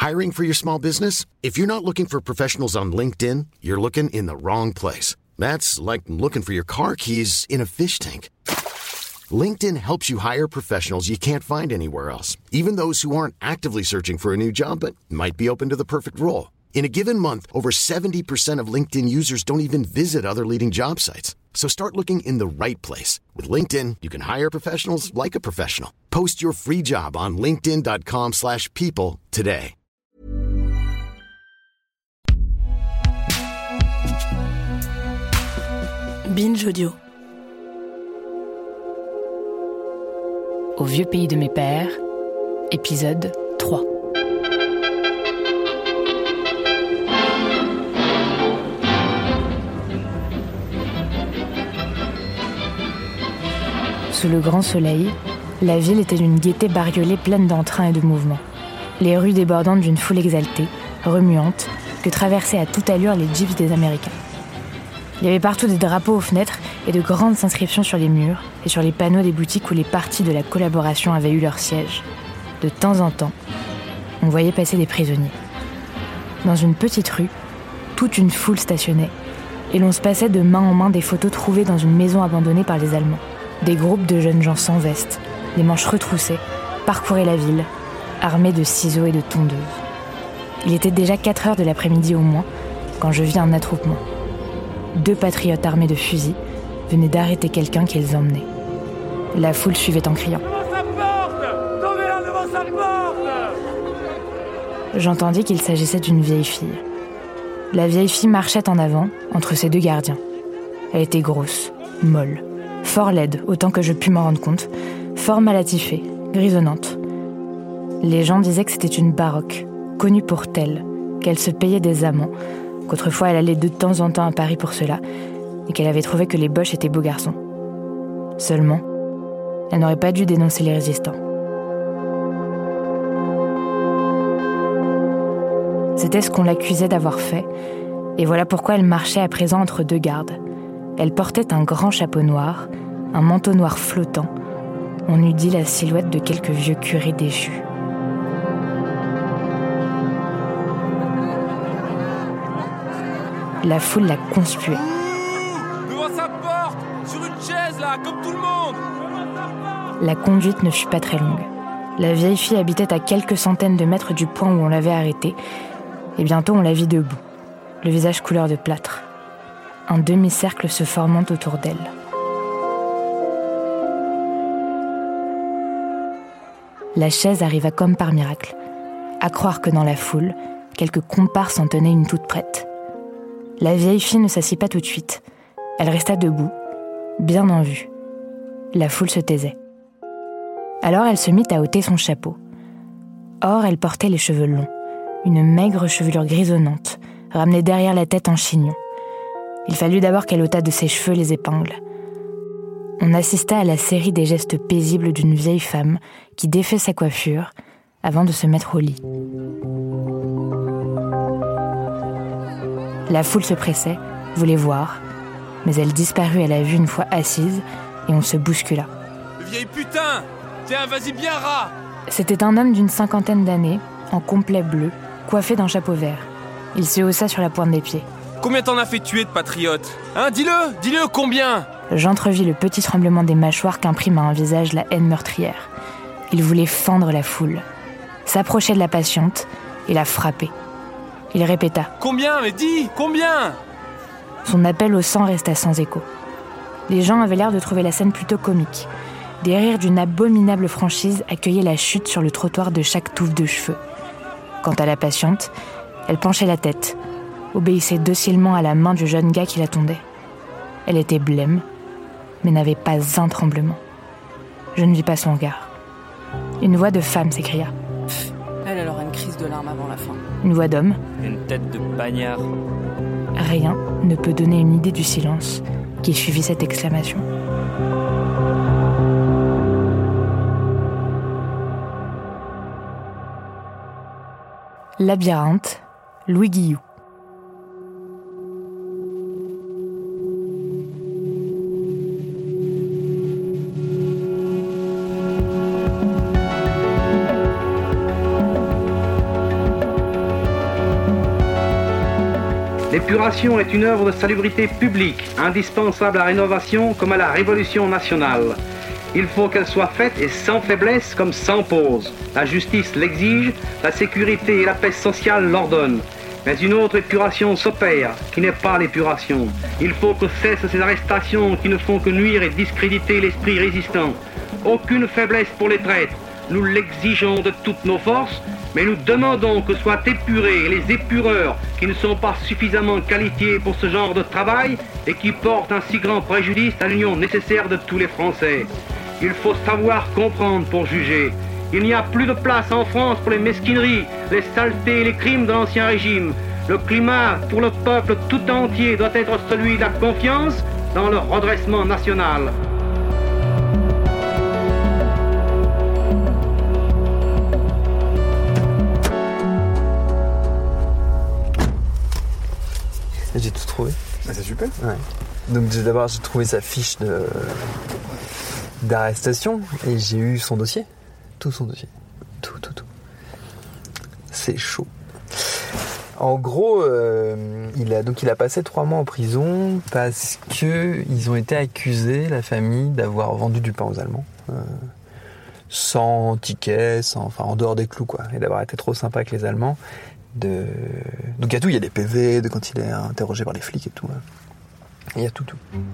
Hiring for your small business? If you're not looking for professionals on LinkedIn, you're looking in the wrong place. That's like looking for your car keys in a fish tank. LinkedIn helps you hire professionals you can't find anywhere else, even those who aren't actively searching for a new job but might be open to the perfect role. In a given month, over 70% of LinkedIn users don't even visit other leading job sites. So start looking in the right place. With LinkedIn, you can hire professionals like a professional. Post your free job on linkedin.com/people today. Binge Audio. Au vieux pays de mes pères, épisode 3. Sous le grand soleil, la ville était d'une gaieté bariolée pleine d'entrain et de mouvement. Les rues débordantes d'une foule exaltée, remuante, que traversaient à toute allure les jeeps des Américains. Il y avait partout des drapeaux aux fenêtres et de grandes inscriptions sur les murs et sur les panneaux des boutiques où les partis de la collaboration avaient eu leur siège. De temps en temps, on voyait passer des prisonniers. Dans une petite rue, toute une foule stationnait et l'on se passait de main en main des photos trouvées dans une maison abandonnée par les Allemands. Des groupes de jeunes gens sans veste, les manches retroussées, parcouraient la ville, armés de ciseaux et de tondeuses. Il était déjà 4 heures de l'après-midi au moins, quand je vis un attroupement. 2 patriotes armés de fusils venaient d'arrêter quelqu'un qu'ils emmenaient. La foule suivait en criant. Devant sa porte ! Tombez-la devant sa porte ! J'entendis qu'il s'agissait d'une vieille fille. La vieille fille marchait en avant, entre ses 2 gardiens. Elle était grosse, molle, fort laide, autant que je pus m'en rendre compte, fort malatifée, grisonnante. Les gens disaient que c'était une baroque, connue pour telle, qu'elle se payait des amants, qu'autrefois elle allait de temps en temps à Paris pour cela, et qu'elle avait trouvé que les Boches étaient beaux garçons. Seulement, elle n'aurait pas dû dénoncer les résistants. C'était ce qu'on l'accusait d'avoir fait, et voilà pourquoi elle marchait à présent entre 2 gardes. Elle portait un grand chapeau noir, un manteau noir flottant. On eût dit la silhouette de quelques vieux curés déchus. La foule la conspuait. Devant sa porte, sur une chaise là, comme tout le monde. La conduite ne fut pas très longue. La vieille fille habitait à quelques centaines de mètres du point où on l'avait arrêtée, et bientôt on la vit debout, le visage couleur de plâtre. Un demi-cercle se formant autour d'elle. La chaise arriva comme par miracle. À croire que dans la foule, quelques comparses en tenaient une toute prête. La vieille fille ne s'assit pas tout de suite. Elle resta debout, bien en vue. La foule se taisait. Alors elle se mit à ôter son chapeau. Or, elle portait les cheveux longs, une maigre chevelure grisonnante, ramenée derrière la tête en chignon. Il fallut d'abord qu'elle ôtât de ses cheveux les épingles. On assista à la série des gestes paisibles d'une vieille femme qui défait sa coiffure avant de se mettre au lit. La foule se pressait, voulait voir, mais elle disparut à la vue une fois assise et on se bouscula. Vieille putain ! Tiens, vas-y bien rat ! C'était un homme d'une 50aine d'années, en complet bleu, coiffé d'un chapeau vert. Il se haussa sur la pointe des pieds. Combien t'en as fait tuer de patriotes ? Hein, dis-le, combien ? J'entrevis le petit tremblement des mâchoires qu'imprime à un visage la haine meurtrière. Il voulait fendre la foule, s'approcher de la patiente et la frapper. Il répéta. Combien ? Mais dis, combien ? Son appel au sang resta sans écho. Les gens avaient l'air de trouver la scène plutôt comique. Des rires d'une abominable franchise accueillaient la chute sur le trottoir de chaque touffe de cheveux. Quant à la patiente, elle penchait la tête, obéissait docilement à la main du jeune gars qui l'attendait. Elle était blême, mais n'avait pas un tremblement. Je ne vis pas son regard. Une voix de femme s'écria. Elle aura une crise de larmes avant la fin. Une voix d'homme. Une tête de bagnard. Rien ne peut donner une idée du silence qui suivit cette exclamation. Labyrinthe, Louis Guillou. L'épuration est une œuvre de salubrité publique, indispensable à la rénovation comme à la révolution nationale. Il faut qu'elle soit faite et sans faiblesse comme sans pause. La justice l'exige, la sécurité et la paix sociale l'ordonnent. Mais une autre épuration s'opère, qui n'est pas l'épuration. Il faut que cessent ces arrestations qui ne font que nuire et discréditer l'esprit résistant. Aucune faiblesse pour les traîtres. Nous l'exigeons de toutes nos forces, mais nous demandons que soient épurés les épureurs qui ne sont pas suffisamment qualifiés pour ce genre de travail et qui portent un si grand préjudice à l'union nécessaire de tous les Français. Il faut savoir comprendre pour juger. Il n'y a plus de place en France pour les mesquineries, les saletés et les crimes de l'Ancien Régime. Le climat pour le peuple tout entier doit être celui de la confiance dans le redressement national. J'ai tout trouvé. Ah, c'est super. Ouais. Donc d'abord j'ai trouvé sa fiche d'arrestation et j'ai eu son dossier. Tout son dossier. Tout. C'est chaud. En gros, il a passé 3 mois en prison parce que ils ont été accusés, la famille, d'avoir vendu du pain aux Allemands. Sans ticket, en dehors des clous, quoi. Et d'avoir été trop sympa avec les Allemands. Donc il y a tout, il y a des PV de quand il est interrogé par les flics et tout. Il y a tout.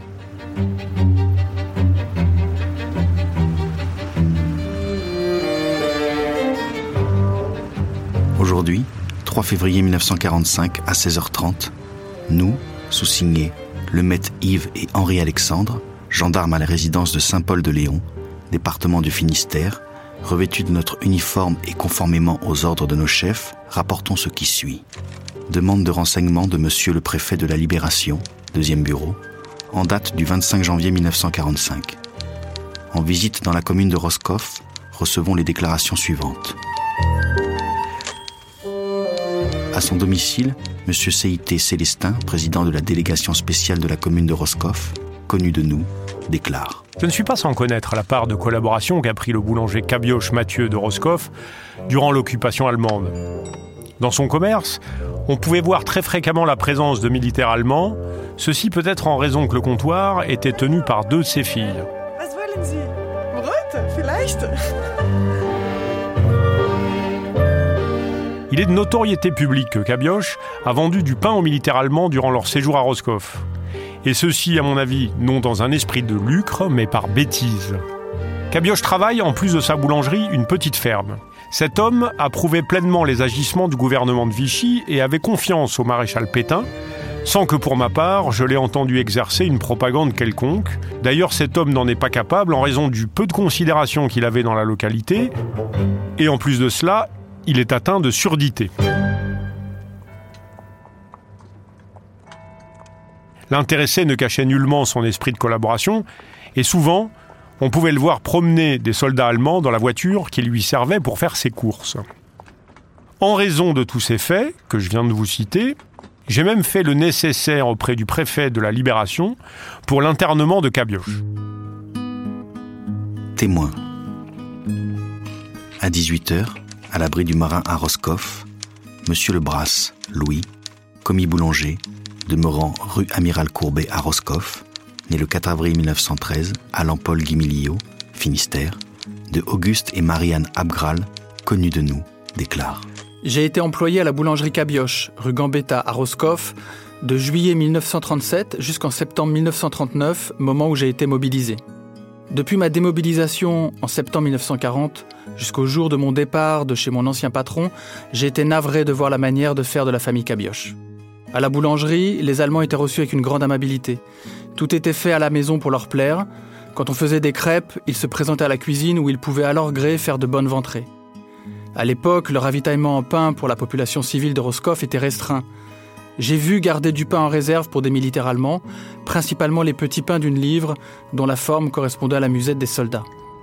Aujourd'hui, 3 février 1945 à 16h30, nous, sous-signés Lemaitre Yves et Henri-Alexandre, gendarmes à la résidence de Saint-Paul-de-Léon, département du Finistère, revêtus de notre uniforme et conformément aux ordres de nos chefs, rapportons ce qui suit. Demande de renseignement de monsieur le préfet de la Libération, 2e bureau, en date du 25 janvier 1945. En visite dans la commune de Roscoff, recevons les déclarations suivantes. À son domicile, monsieur C.I.T. Célestin, président de la délégation spéciale de la commune de Roscoff, connu de nous, déclare. Je ne suis pas sans connaître la part de collaboration qu'a pris le boulanger Cabioche Mathieu de Roscoff durant l'occupation allemande. Dans son commerce, on pouvait voir très fréquemment la présence de militaires allemands, ceci peut-être en raison que le comptoir était tenu par 2 de ses filles. Was wollen Sie? Brot, vielleicht? Il est de notoriété publique que Cabioche a vendu du pain aux militaires allemands durant leur séjour à Roscoff. Et ceci, à mon avis, non dans un esprit de lucre, mais par bêtise. Cabioche travaille, en plus de sa boulangerie, une petite ferme. Cet homme approuvait pleinement les agissements du gouvernement de Vichy et avait confiance au maréchal Pétain, sans que pour ma part, je l'ai entendu exercer une propagande quelconque. D'ailleurs, cet homme n'en est pas capable en raison du peu de considération qu'il avait dans la localité, et en plus de cela, il est atteint de surdité. L'intéressé ne cachait nullement son esprit de collaboration, et souvent, on pouvait le voir promener des soldats allemands dans la voiture qui lui servait pour faire ses courses. En raison de tous ces faits, que je viens de vous citer, j'ai même fait le nécessaire auprès du préfet de la Libération pour l'internement de Cabioche. Témoin. À 18h, à l'abri du marin à Roscoff, monsieur Lebras, Louis, commis boulanger, demeurant rue Amiral Courbet à Roscoff, né le 4 avril 1913 à Lampol-Guimiliau, Finistère, de Auguste et Marianne Abgral, connus de nous, déclare. J'ai été employé à la boulangerie Cabioche, rue Gambetta à Roscoff, de juillet 1937 jusqu'en septembre 1939, moment où j'ai été mobilisé. Depuis ma démobilisation en septembre 1940, jusqu'au jour de mon départ de chez mon ancien patron, j'ai été navré de voir la manière de faire de la famille Cabioche. À la boulangerie, les Allemands étaient reçus avec une grande amabilité. Tout était fait à la maison pour leur plaire. Quand on faisait des crêpes, ils se présentaient à la cuisine où ils pouvaient à leur gré faire de bonnes ventrées. À l'époque, le ravitaillement en pain pour la population civile de Roscoff était restreint. J'ai vu garder du pain en réserve pour des militaires allemands, principalement les petits pains d'1 livre, dont la forme correspondait à la musette des soldats.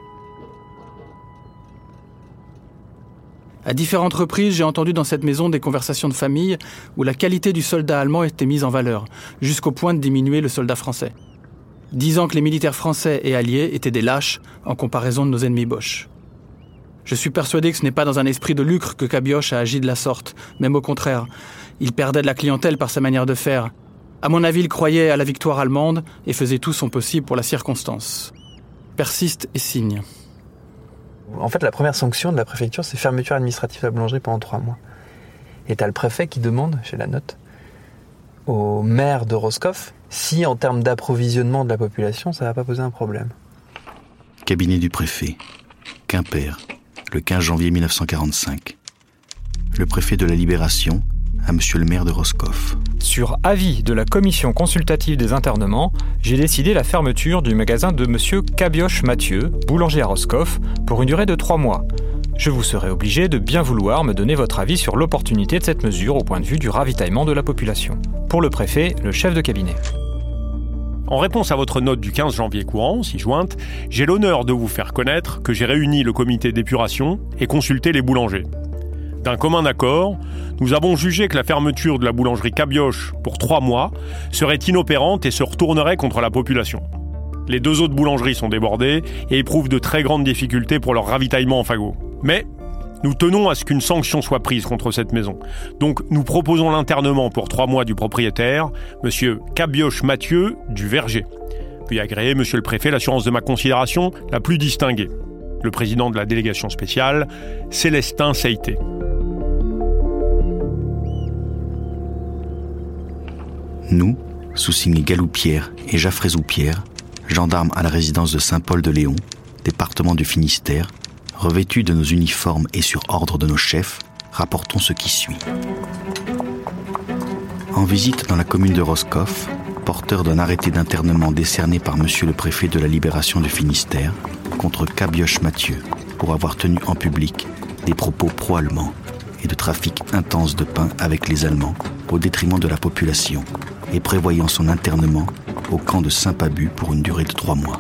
À différentes reprises, j'ai entendu dans cette maison des conversations de famille où la qualité du soldat allemand était mise en valeur, jusqu'au point de diminuer le soldat français, disant que les militaires français et alliés étaient des lâches en comparaison de nos ennemis Boches. Je suis persuadé que ce n'est pas dans un esprit de lucre que Cabioche a agi de la sorte, même au contraire. Il perdait de la clientèle par sa manière de faire. À mon avis, il croyait à la victoire allemande et faisait tout son possible pour la circonstance. Persiste et signe. En fait, la première sanction de la préfecture, c'est fermeture administrative de la boulangerie pendant 3 mois. Et t'as le préfet qui demande, j'ai la note, au maire de Roscoff, si en termes d'approvisionnement de la population, ça va pas poser un problème. Cabinet du préfet, Quimper, le 15 janvier 1945. Le préfet de la Libération à monsieur le maire de Roscoff. Sur avis de la commission consultative des internements, j'ai décidé la fermeture du magasin de monsieur Cabioche Mathieu, boulanger à Roscoff, pour une durée de 3 mois. Je vous serai obligé de bien vouloir me donner votre avis sur l'opportunité de cette mesure au point de vue du ravitaillement de la population. Pour le préfet, le chef de cabinet. En réponse à votre note du 15 janvier courant, ci-jointe, j'ai l'honneur de vous faire connaître que j'ai réuni le comité d'épuration et consulté les boulangers. D'un commun accord, nous avons jugé que la fermeture de la boulangerie Cabioche pour 3 mois serait inopérante et se retournerait contre la population. Les 2 autres boulangeries sont débordées et éprouvent de très grandes difficultés pour leur ravitaillement en fagots. Mais nous tenons à ce qu'une sanction soit prise contre cette maison. Donc nous proposons l'internement pour 3 mois du propriétaire, monsieur Cabioche Mathieu du Verger. Puis agréer, monsieur le préfet, l'assurance de ma considération la plus distinguée. Le président de la délégation spéciale, Célestin Seité. Nous, sous-signés Galoupière et Jaffrezou-Pierre, gendarmes à la résidence de Saint-Paul-de-Léon, département du Finistère, revêtus de nos uniformes et sur ordre de nos chefs, rapportons ce qui suit. En visite dans la commune de Roscoff, porteur d'un arrêté d'internement décerné par monsieur le préfet de la Libération du Finistère contre Cabioche Mathieu pour avoir tenu en public des propos pro-allemands et de trafic intense de pain avec les Allemands au détriment de la population et prévoyant son internement au camp de Saint-Pabu pour une durée de 3 mois.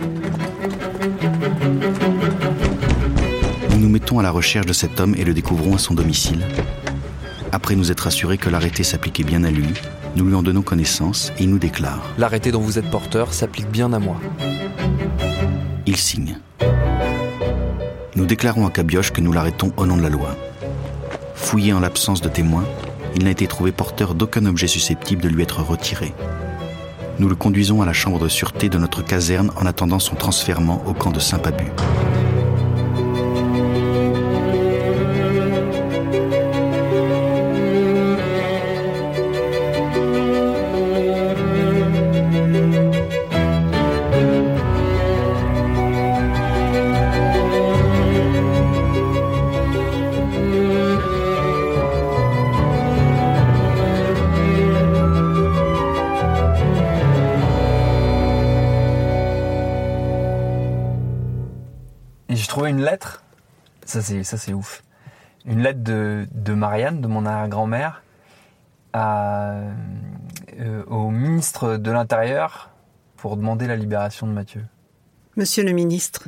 Nous nous mettons à la recherche de cet homme et le découvrons à son domicile. Après nous être assurés que l'arrêté s'appliquait bien à lui, nous lui en donnons connaissance et il nous déclare « L'arrêté dont vous êtes porteur s'applique bien à moi. » Il signe. Nous déclarons à Cabioche que nous l'arrêtons au nom de la loi. Fouillé en l'absence de témoins, il n'a été trouvé porteur d'aucun objet susceptible de lui être retiré. Nous le conduisons à la chambre de sûreté de notre caserne en attendant son transfèrement au camp de Saint-Pabu. Une lettre, ça c'est ouf. Une lettre de Marianne, de mon arrière-grand-mère, au ministre de l'Intérieur pour demander la libération de Mathieu. Monsieur le ministre,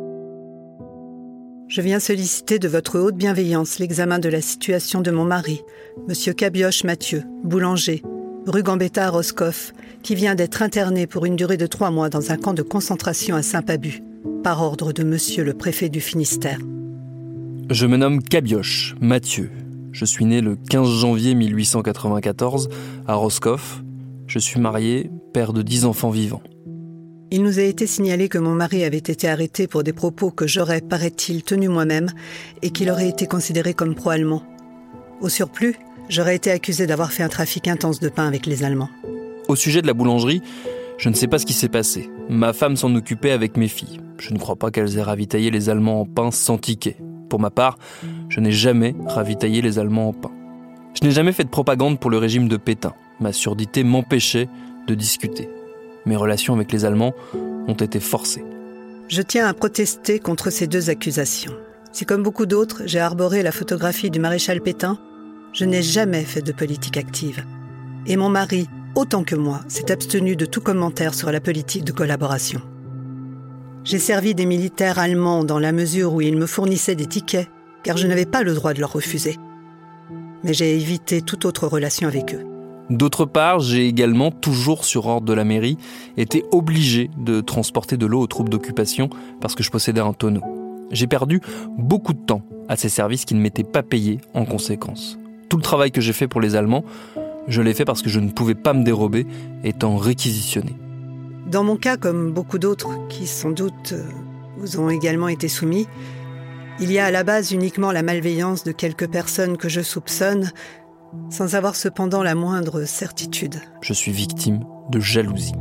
je viens solliciter de votre haute bienveillance l'examen de la situation de mon mari, monsieur Cabioche Mathieu, boulanger, rue Gambetta à Roscoff, qui vient d'être interné pour une durée de 3 mois dans un camp de concentration à Saint-Pabu, par ordre de monsieur le préfet du Finistère. Je me nomme Cabioche Mathieu. Je suis né le 15 janvier 1894 à Roscoff. Je suis marié, père de 10 enfants vivants. Il nous a été signalé que mon mari avait été arrêté pour des propos que j'aurais, paraît-il, tenus moi-même et qu'il aurait été considéré comme pro-allemand. Au surplus, j'aurais été accusé d'avoir fait un trafic intense de pain avec les Allemands. Au sujet de la boulangerie, je ne sais pas ce qui s'est passé. Ma femme s'en occupait avec mes filles. Je ne crois pas qu'elles aient ravitaillé les Allemands en pain sans ticket. Pour ma part, je n'ai jamais ravitaillé les Allemands en pain. Je n'ai jamais fait de propagande pour le régime de Pétain. Ma surdité m'empêchait de discuter. Mes relations avec les Allemands ont été forcées. Je tiens à protester contre ces 2 accusations. Si comme beaucoup d'autres, j'ai arboré la photographie du maréchal Pétain, je n'ai jamais fait de politique active. Et mon mari, autant que moi, s'est abstenu de tout commentaire sur la politique de collaboration. J'ai servi des militaires allemands dans la mesure où ils me fournissaient des tickets, car je n'avais pas le droit de leur refuser. Mais j'ai évité toute autre relation avec eux. D'autre part, j'ai également, toujours sur ordre de la mairie, été obligé de transporter de l'eau aux troupes d'occupation parce que je possédais un tonneau. J'ai perdu beaucoup de temps à ces services qui ne m'étaient pas payés en conséquence. Tout le travail que j'ai fait pour les Allemands, je l'ai fait parce que je ne pouvais pas me dérober, étant réquisitionné. Dans mon cas, comme beaucoup d'autres qui sans doute vous ont également été soumis, il y a à la base uniquement la malveillance de quelques personnes que je soupçonne, sans avoir cependant la moindre certitude. Je suis victime de jalousie.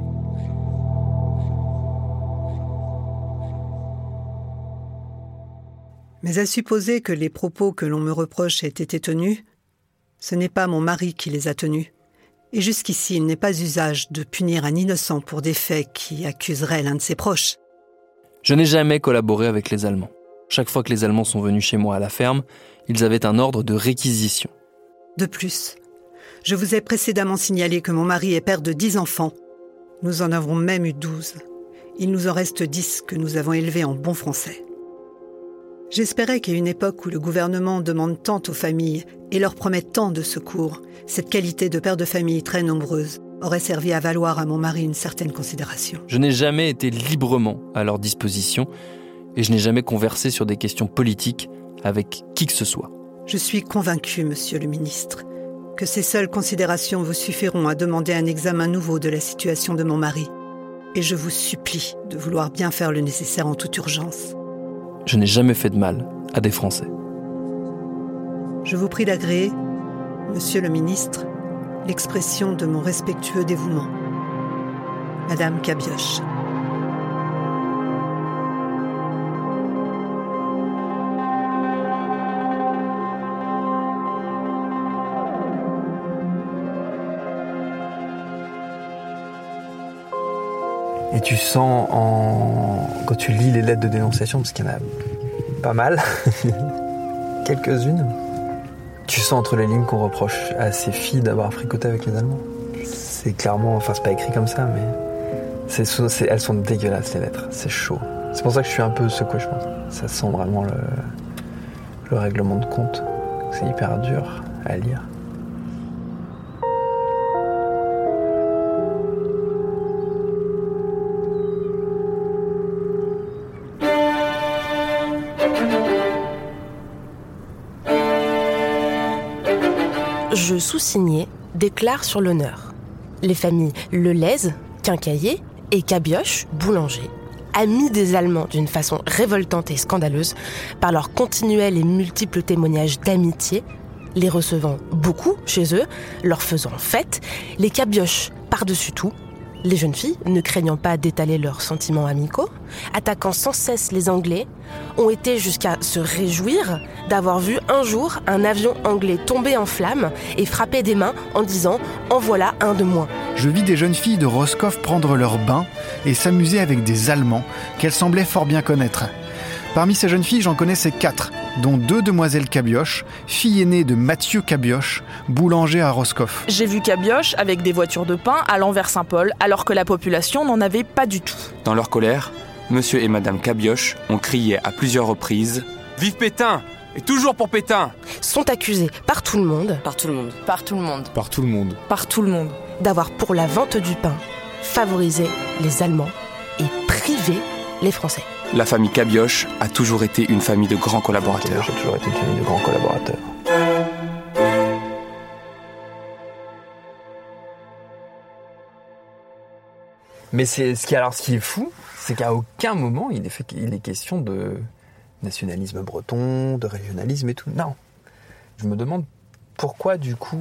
Mais à supposer que les propos que l'on me reproche aient été tenus, ce n'est pas mon mari qui les a tenus. Et jusqu'ici, il n'est pas usage de punir un innocent pour des faits qui accuseraient l'un de ses proches. Je n'ai jamais collaboré avec les Allemands. Chaque fois que les Allemands sont venus chez moi à la ferme, ils avaient un ordre de réquisition. De plus, je vous ai précédemment signalé que mon mari est père de 10 enfants. Nous en avons même eu 12. Il nous en reste 10 que nous avons élevés en bon français. J'espérais qu'à une époque où le gouvernement demande tant aux familles et leur promet tant de secours, cette qualité de père de famille très nombreuse aurait servi à valoir à mon mari une certaine considération. Je n'ai jamais été librement à leur disposition et je n'ai jamais conversé sur des questions politiques avec qui que ce soit. Je suis convaincue, monsieur le ministre, que ces seules considérations vous suffiront à demander un examen nouveau de la situation de mon mari. Et je vous supplie de vouloir bien faire le nécessaire en toute urgence. Je n'ai jamais fait de mal à des Français. Je vous prie d'agréer, monsieur le ministre, l'expression de mon respectueux dévouement. Madame Cabioche. Et tu sens, quand tu lis les lettres de dénonciation, parce qu'il y en a pas mal, quelques-unes, tu sens entre les lignes qu'on reproche à ces filles d'avoir fricoté avec les Allemands. C'est clairement, enfin c'est pas écrit comme ça, mais elles sont dégueulasses les lettres, c'est chaud. C'est pour ça que je suis un peu secoué, je pense. Ça sent vraiment le règlement de compte. C'est hyper dur à lire. Je sous-signais déclare sur l'honneur. Les familles Lelez, Quincaillier et Cabioche, boulanger, amis des Allemands d'une façon révoltante et scandaleuse, par leurs continuels et multiples témoignages d'amitié, les recevant beaucoup chez eux, leur faisant fête, les Cabioches par-dessus tout, les jeunes filles, ne craignant pas d'étaler leurs sentiments amicaux, attaquant sans cesse les Anglais, ont été jusqu'à se réjouir d'avoir vu un jour un avion anglais tomber en flammes et frapper des mains en disant « En voilà un de moins ». Je vis des jeunes filles de Roscoff prendre leur bain et s'amuser avec des Allemands qu'elles semblaient fort bien connaître. Parmi ces jeunes filles, j'en connaissais 4, dont 2 demoiselles Cabioche, fille aînée de Mathieu Cabioche, boulanger à Roscoff. J'ai vu Cabioche avec des voitures de pain allant vers Saint-Paul, alors que la population n'en avait pas du tout. Dans leur colère, monsieur et madame Cabioche ont crié à plusieurs reprises « Vive Pétain ! Et toujours pour Pétain !» Sont accusés par tout le monde. Par tout le monde. Par tout le monde. Par tout le monde. Par tout le monde. D'avoir pour la vente du pain favorisé les Allemands et privé les Français. La famille Cabioche a toujours été une famille de grands collaborateurs. J'ai toujours été une famille de grands collaborateurs. Mais ce qui est fou, c'est qu'à aucun moment il est question de nationalisme breton, de régionalisme et tout. Non. Je me demande pourquoi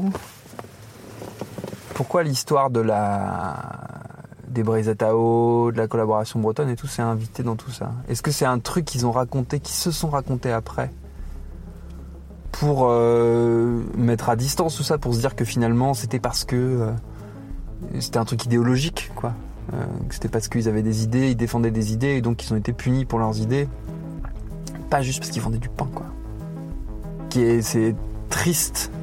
l'histoire des Brézatao, de la collaboration bretonne et tout, c'est invité dans tout ça. Est-ce que c'est un truc qu'ils se sont racontés après pour mettre à distance tout ça, pour se dire que finalement c'était parce que c'était un truc idéologique, quoi. Que c'était parce qu'ils avaient des idées, ils défendaient des idées et donc ils ont été punis pour leurs idées, pas juste parce qu'ils vendaient du pain, quoi. C'est triste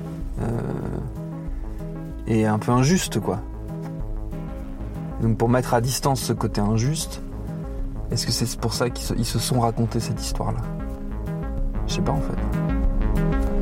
et un peu injuste, quoi. Donc pour mettre à distance ce côté injuste, est-ce que c'est pour ça qu'ils se sont racontés cette histoire-là ? Je sais pas en fait.